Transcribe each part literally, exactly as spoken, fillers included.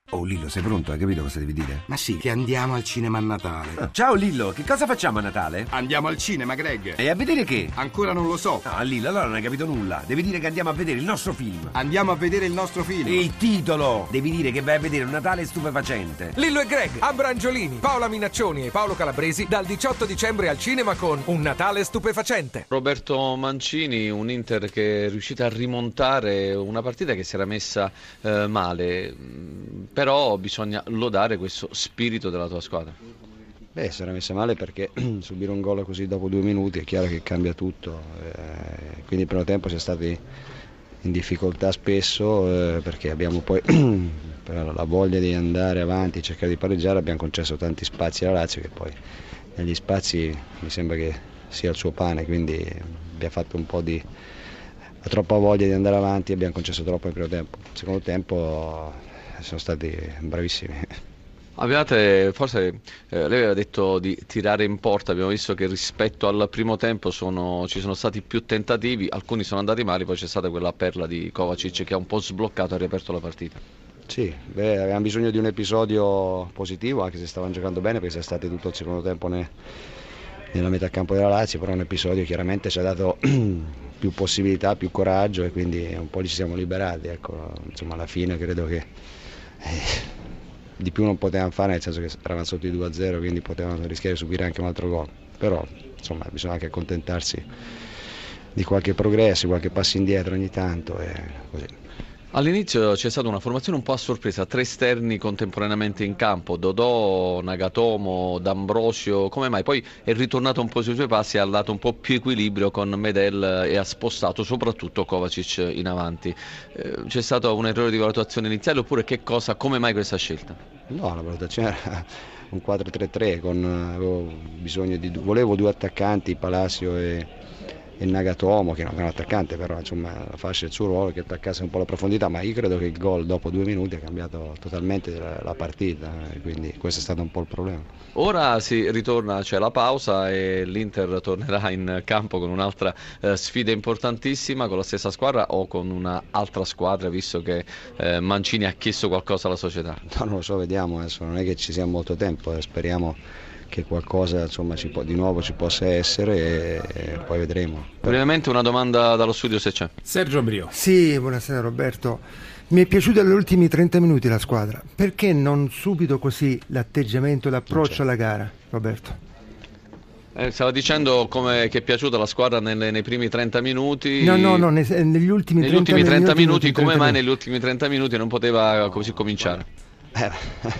Oh Lillo, sei pronto? Hai capito cosa devi dire? Ma sì, che andiamo al cinema a Natale. Ah, ciao Lillo, che cosa facciamo a Natale? Andiamo al cinema, Greg. E a vedere che? Ancora non lo so. No, Lillo, allora non hai capito nulla. Devi dire che andiamo a vedere il nostro film. Andiamo a vedere il nostro film. Il titolo! Devi dire che vai a vedere un Natale stupefacente. Lillo e Greg, Abrangiolini, Paola Minaccioni e Paolo Calabresi dal diciotto dicembre al cinema con Un Natale stupefacente. Roberto Mancini, un Inter che è riuscita a rimontare una partita che si era messa eh, male, però bisogna lodare questo spirito della tua squadra. Beh, si era messa male perché subire un gol così dopo due minuti è chiaro che cambia tutto, eh, quindi il primo tempo si è stati in difficoltà spesso eh, perché abbiamo poi per la voglia di andare avanti, cercare di pareggiare, abbiamo concesso tanti spazi alla Lazio che poi negli spazi mi sembra che sia il suo pane, quindi abbiamo fatto un po' di troppa voglia di andare avanti e abbiamo concesso troppo nel primo tempo. Nel secondo tempo sono stati bravissimi. Abbiate, forse eh, lei aveva detto di tirare in porta, abbiamo visto che rispetto al primo tempo sono, ci sono stati più tentativi, alcuni sono andati male, poi c'è stata quella perla di Kovacic che ha un po' sbloccato e riaperto la partita. Sì, beh, avevamo bisogno di un episodio positivo, anche se stavano giocando bene, perché siamo stati tutto il secondo tempo ne, nella metà campo della Lazio, però un episodio chiaramente ci ha dato più possibilità, più coraggio e quindi un po' li ci siamo liberati. Ecco, insomma, alla fine credo che eh, di più non potevamo fare, nel senso che eravamo sotto di due a zero, quindi potevamo rischiare di subire anche un altro gol, però insomma bisogna anche accontentarsi di qualche progresso, qualche passo indietro ogni tanto e così. All'inizio c'è stata una formazione un po' a sorpresa, tre esterni contemporaneamente in campo, Dodò, Nagatomo, D'Ambrosio, come mai? Poi è ritornato un po' sui suoi passi e ha dato un po' più equilibrio con Medel e ha spostato soprattutto Kovacic in avanti. Eh, c'è stato un errore di valutazione iniziale oppure che cosa, come mai questa scelta? No, la valutazione era un quattro tre tre, con, avevo bisogno di, volevo due attaccanti, Palacio e... e Nagatomo, che non è un attaccante, però insomma faccia il suo ruolo, che attaccasse un po' la profondità, ma io credo che il gol dopo due minuti ha cambiato totalmente la, la partita, quindi questo è stato un po' il problema. Ora si ritorna, c'è la pausa e l'Inter tornerà in campo con un'altra eh, sfida importantissima, con la stessa squadra o con un'altra squadra, visto che eh, Mancini ha chiesto qualcosa alla società? No, non lo so, vediamo, adesso non è che ci sia molto tempo, eh, speriamo che qualcosa insomma ci può, di nuovo ci possa essere e, e poi vedremo. Brevemente una domanda dallo studio se c'è. Sergio Brio. Sì, buonasera Roberto. Mi è piaciuta negli ultimi trenta minuti la squadra. Perché non subito così l'atteggiamento, l'approccio alla gara, Roberto? Eh, stava dicendo come che è piaciuta la squadra nelle, nei primi trenta minuti. No, no, no, negli ultimi negli trenta, ultimi trenta negli minuti, ultimi come trenta mai minuti. negli ultimi trenta minuti non poteva così cominciare? Eh,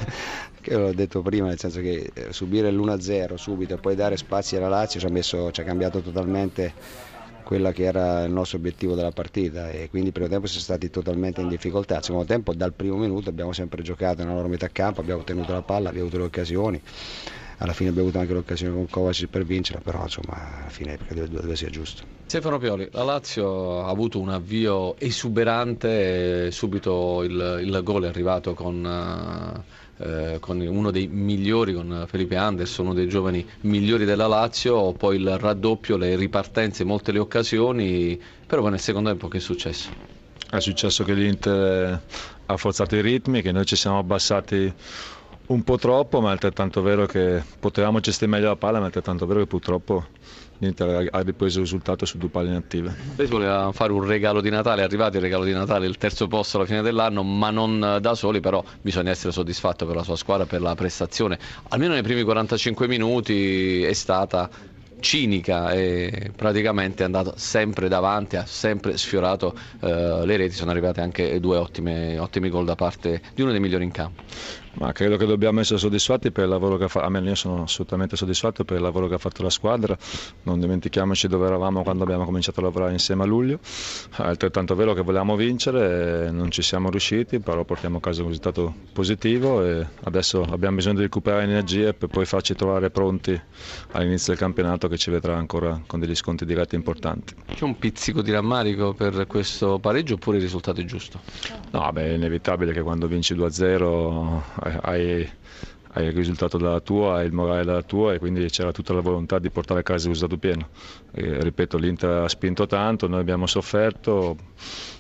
che l'ho detto prima, nel senso che subire l'uno a zero subito e poi dare spazi alla Lazio ci ha, messo, ci ha cambiato totalmente quella che era il nostro obiettivo della partita e quindi il primo tempo siamo stati totalmente in difficoltà. Al secondo tempo dal primo minuto abbiamo sempre giocato nella loro metà campo, abbiamo tenuto la palla, abbiamo avuto le occasioni, alla fine abbiamo avuto anche l'occasione con Kovacic per vincere, però insomma alla fine credo che deve sia giusto. Stefano Pioli, la Lazio ha avuto un avvio esuberante e subito il, il gol è arrivato con... Uh... Eh, con uno dei migliori, con Felipe Anderson, uno dei giovani migliori della Lazio, poi il raddoppio, le ripartenze, molte le occasioni, però poi nel secondo tempo che è successo? È successo che l'Inter ha forzato i ritmi, che noi ci siamo abbassati un po' troppo, ma è altrettanto vero che potevamo gestire meglio la palla, ma è altrettanto vero che purtroppo l'Inter ha ripreso il risultato su due palle inattive. Lei voleva fare un regalo di Natale, è arrivato il regalo di Natale, il terzo posto alla fine dell'anno, ma non da soli, però bisogna essere soddisfatto per la sua squadra, per la prestazione. Almeno nei primi quarantacinque minuti è stata cinica e praticamente è andato sempre davanti, ha sempre sfiorato eh, le reti, sono arrivate anche due ottime, ottimi gol da parte di uno dei migliori in campo. Ma credo che dobbiamo essere soddisfatti per il lavoro che ha fatto, almeno io sono assolutamente soddisfatto per il lavoro che ha fatto la squadra, non dimentichiamoci dove eravamo quando abbiamo cominciato a lavorare insieme a luglio, è altrettanto vero che volevamo vincere, non ci siamo riusciti, però portiamo a casa un risultato positivo e adesso abbiamo bisogno di recuperare energie per poi farci trovare pronti all'inizio del campionato che ci vedrà ancora con degli scontri diretti importanti. C'è un pizzico di rammarico per questo pareggio oppure il risultato è giusto? No, beh, è inevitabile che quando vinci due a zero hai, hai il risultato dalla tua, hai il morale dalla tua e quindi c'era tutta la volontà di portare a casa il risultato pieno. E, ripeto, l'Inter ha spinto tanto, noi abbiamo sofferto,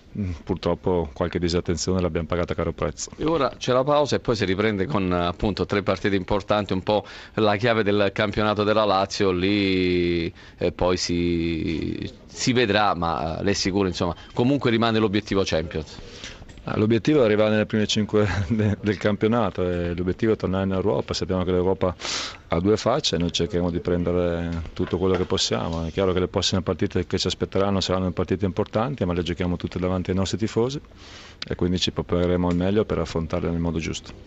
purtroppo qualche disattenzione l'abbiamo pagata a caro prezzo. E ora c'è la pausa e poi si riprende con appunto tre partite importanti, un po' la chiave del campionato della Lazio, lì eh, poi si, si vedrà, ma le sicuro, insomma, comunque rimane l'obiettivo Champions. L'obiettivo è arrivare nelle prime cinque de- del campionato e l'obiettivo è tornare in Europa. Sappiamo che l'Europa ha due facce e noi cercheremo di prendere tutto quello che possiamo. È chiaro che le prossime partite che ci aspetteranno saranno partite importanti, ma le giochiamo tutte davanti ai nostri tifosi e quindi ci prepareremo al meglio per affrontarle nel modo giusto.